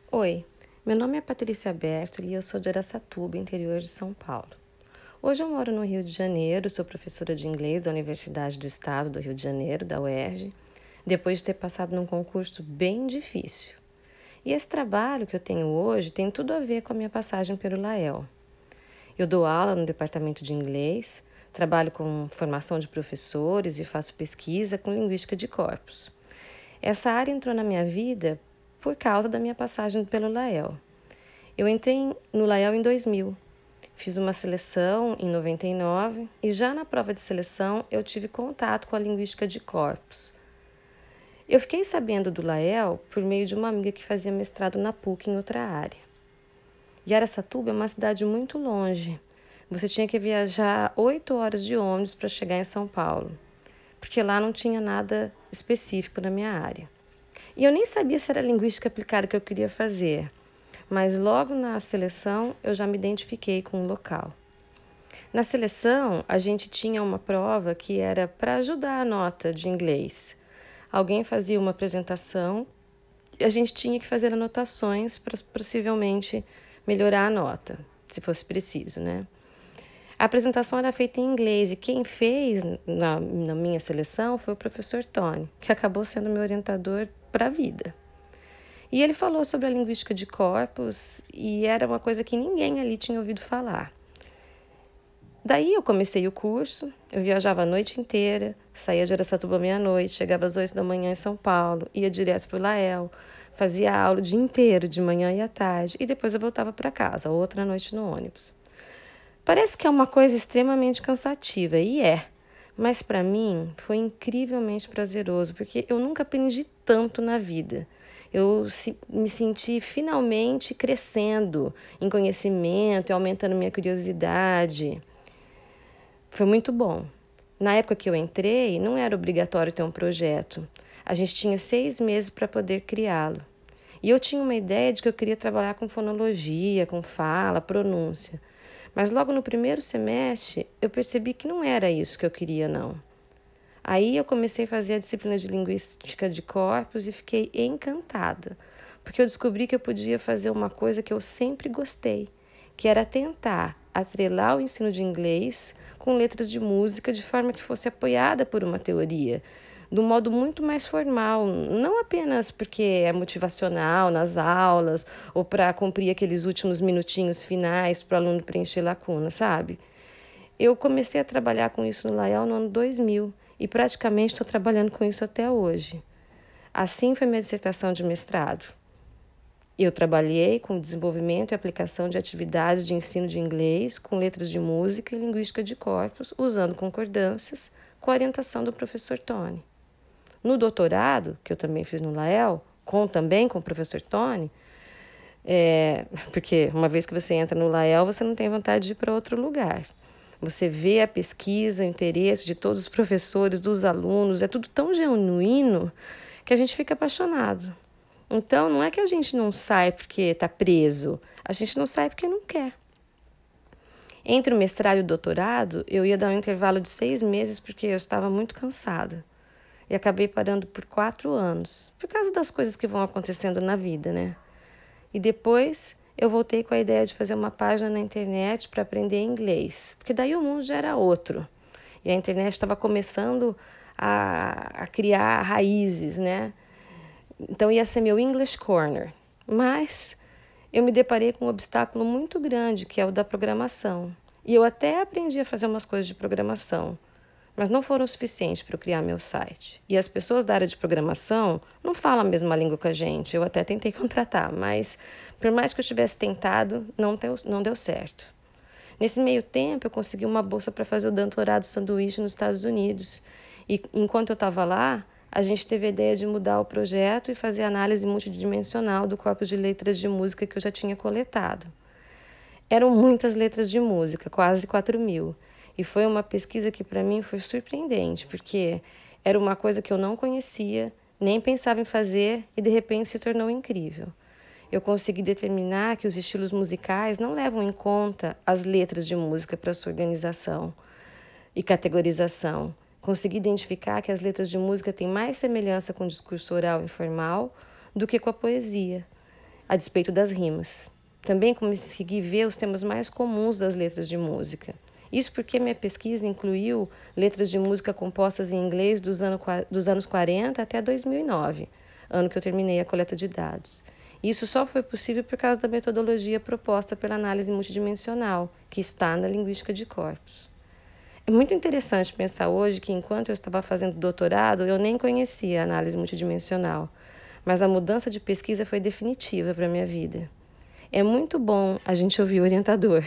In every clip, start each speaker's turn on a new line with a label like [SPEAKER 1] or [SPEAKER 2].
[SPEAKER 1] Oi, meu nome é Patrícia Bertoli e eu sou de Araçatuba, interior de São Paulo. Hoje eu moro no Rio de Janeiro, sou professora de inglês da Universidade do Estado do Rio de Janeiro, da UERJ, depois de ter passado num concurso bem difícil. E esse trabalho que eu tenho hoje tem tudo a ver com a minha passagem pelo Lael. Eu dou aula no departamento de inglês, trabalho com formação de professores e faço pesquisa com linguística de corpos. Essa área entrou na minha vida por causa da minha passagem pelo Lael. Eu entrei no Lael em 2000, fiz uma seleção em 99 e já na prova de seleção eu tive contato com a linguística de corpos. Eu fiquei sabendo do Lael por meio de uma amiga que fazia mestrado na PUC em outra área. E Araçatuba é uma cidade muito longe. Você tinha que viajar 8 horas de ônibus para chegar em São Paulo, porque lá não tinha nada específico na minha área. E eu nem sabia se era linguística aplicada que eu queria fazer, mas logo na seleção eu já me identifiquei com o local. Na seleção, a gente tinha uma prova que era para ajudar a nota de inglês. Alguém fazia uma apresentação e a gente tinha que fazer anotações para possivelmente melhorar a nota, se fosse preciso, né? A apresentação era feita em inglês e quem fez na minha seleção foi o professor Tony, que acabou sendo meu orientador para a vida. E ele falou sobre a linguística de corpos e era uma coisa que ninguém ali tinha ouvido falar. Daí eu comecei o curso, eu viajava a noite inteira, saía de Araçatuba meia-noite, chegava às 8 da manhã em São Paulo, ia direto para o Lael, fazia aula o dia inteiro, de manhã e à tarde, e depois eu voltava para casa, outra noite no ônibus. Parece que é uma coisa extremamente cansativa, e é. Mas para mim foi incrivelmente prazeroso, porque eu nunca aprendi tanto na vida. Me senti finalmente crescendo em conhecimento e aumentando minha curiosidade. Foi muito bom. Na época que eu entrei, não era obrigatório ter um projeto. A gente tinha 6 meses para poder criá-lo. E eu tinha uma ideia de que eu queria trabalhar com fonologia, com fala, pronúncia. Mas logo no primeiro semestre, eu percebi que não era isso que eu queria, não. Aí eu comecei a fazer a disciplina de linguística de corpos e fiquei encantada, porque eu descobri que eu podia fazer uma coisa que eu sempre gostei, que era tentar atrelar o ensino de inglês com letras de música de forma que fosse apoiada por uma teoria, de um modo muito mais formal, não apenas porque é motivacional nas aulas ou para cumprir aqueles últimos minutinhos finais para o aluno preencher lacuna, sabe? Eu comecei a trabalhar com isso no Lael no ano 2000 e praticamente estou trabalhando com isso até hoje. Assim foi minha dissertação de mestrado. Eu trabalhei com desenvolvimento e aplicação de atividades de ensino de inglês com letras de música e linguística de corpos, usando concordâncias com a orientação do professor Tony. No doutorado, que eu também fiz no Lael, também com o professor Tony, porque uma vez que você entra no Lael, você não tem vontade de ir para outro lugar. Você vê a pesquisa, o interesse de todos os professores, dos alunos, é tudo tão genuíno que a gente fica apaixonado. Então, não é que a gente não sai porque está preso, a gente não sai porque não quer. Entre o mestrado e o doutorado, eu ia dar um intervalo de 6 meses porque eu estava muito cansada. E acabei parando por 4 anos, por causa das coisas que vão acontecendo na vida, né? E depois eu voltei com a ideia de fazer uma página na internet para aprender inglês, porque daí o mundo já era outro. E a internet estava começando a criar raízes, né? Então ia ser meu English Corner. Mas eu me deparei com um obstáculo muito grande, que é o da programação. E eu até aprendi a fazer umas coisas de programação, mas não foram suficientes para eu criar meu site. E as pessoas da área de programação não falam a mesma língua que a gente. Eu até tentei contratar, mas por mais que eu tivesse tentado, não deu certo. Nesse meio tempo, eu consegui uma bolsa para fazer o doutorado sanduíche nos Estados Unidos. E enquanto eu estava lá, a gente teve a ideia de mudar o projeto e fazer análise multidimensional do corpo de letras de música que eu já tinha coletado. Eram muitas letras de música, quase 4.000. E foi uma pesquisa que para mim foi surpreendente, porque era uma coisa que eu não conhecia, nem pensava em fazer e de repente se tornou incrível. Eu consegui determinar que os estilos musicais não levam em conta as letras de música para sua organização e categorização. Consegui identificar que as letras de música têm mais semelhança com o discurso oral informal do que com a poesia. a despeito das rimas. Também consegui ver os temas mais comuns das letras de música. Isso porque minha pesquisa incluiu letras de música compostas em inglês dos anos 40 até 2009, ano que eu terminei a coleta de dados. Isso só foi possível por causa da metodologia proposta pela análise multidimensional, que está na linguística de corpos. É muito interessante pensar hoje que, enquanto eu estava fazendo doutorado, eu nem conhecia a análise multidimensional, mas a mudança de pesquisa foi definitiva para a minha vida. É muito bom a gente ouvir o orientador.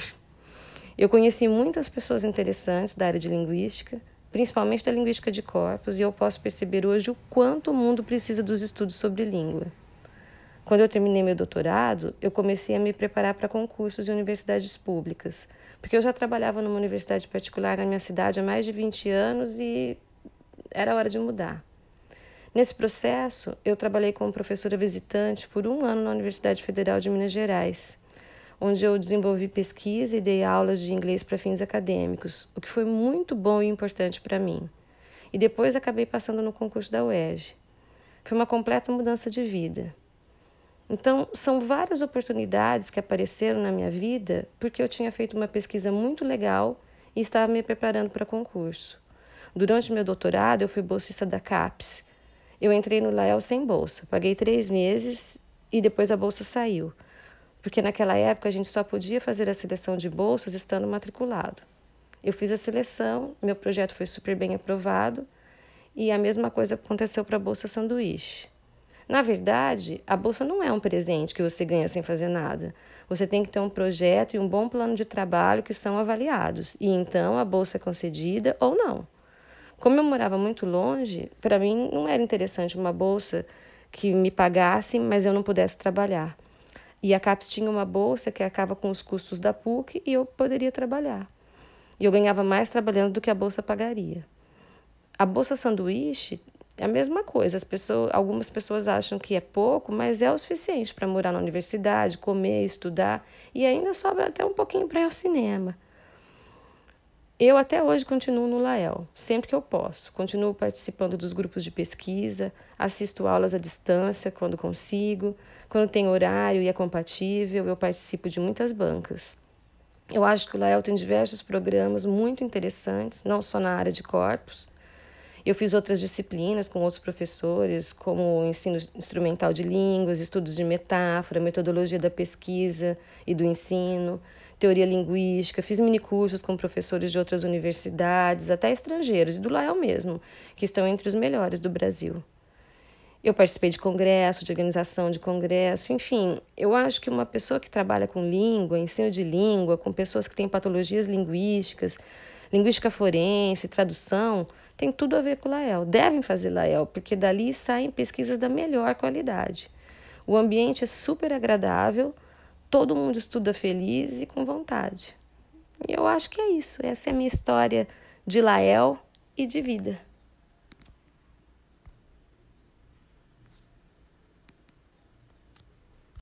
[SPEAKER 1] Eu conheci muitas pessoas interessantes da área de linguística, principalmente da linguística de corpos, e eu posso perceber hoje o quanto o mundo precisa dos estudos sobre língua. Quando eu terminei meu doutorado, eu comecei a me preparar para concursos em universidades públicas, porque eu já trabalhava numa universidade particular na minha cidade há mais de 20 anos e era hora de mudar. Nesse processo, eu trabalhei como professora visitante por 1 ano na Universidade Federal de Minas Gerais, onde eu desenvolvi pesquisa e dei aulas de inglês para fins acadêmicos, o que foi muito bom e importante para mim. E depois acabei passando no concurso da UERJ. Foi uma completa mudança de vida. Então, são várias oportunidades que apareceram na minha vida porque eu tinha feito uma pesquisa muito legal e estava me preparando para concurso. Durante meu doutorado, eu fui bolsista da CAPES. Eu entrei no Lael sem bolsa, paguei 3 meses e depois a bolsa saiu, porque naquela época a gente só podia fazer a seleção de bolsas estando matriculado. Eu fiz a seleção, meu projeto foi super bem aprovado e a mesma coisa aconteceu para a Bolsa Sanduíche. Na verdade, a bolsa não é um presente que você ganha sem fazer nada. Você tem que ter um projeto e um bom plano de trabalho que são avaliados, e então a bolsa é concedida ou não. Como eu morava muito longe, para mim não era interessante uma bolsa que me pagasse, mas eu não pudesse trabalhar. E a CAPES tinha uma bolsa que acaba com os custos da PUC e eu poderia trabalhar. E eu ganhava mais trabalhando do que a bolsa pagaria. A Bolsa Sanduíche é a mesma coisa. Algumas pessoas acham que é pouco, mas é o suficiente para morar na universidade, comer, estudar e ainda sobra até um pouquinho para ir ao cinema. Eu até hoje continuo no Lael, sempre que eu posso. Continuo participando dos grupos de pesquisa, assisto aulas à distância quando consigo. Quando tem horário e é compatível, eu participo de muitas bancas. Eu acho que o Lael tem diversos programas muito interessantes, não só na área de corpos. Eu fiz outras disciplinas com outros professores, como ensino instrumental de línguas, estudos de metáfora, metodologia da pesquisa e do ensino, teoria linguística. Fiz minicursos com professores de outras universidades, até estrangeiros, e do Lael mesmo, que estão entre os melhores do Brasil. Eu participei de congresso, de organização de congresso, enfim, eu acho que uma pessoa que trabalha com língua, ensino de língua, com pessoas que têm patologias linguísticas, linguística forense, tradução, tem tudo a ver com o Lael. Devem fazer Lael, porque dali saem pesquisas da melhor qualidade. O ambiente é super agradável, todo mundo estuda feliz e com vontade. E eu acho que é isso. Essa é a minha história de Lael e de vida.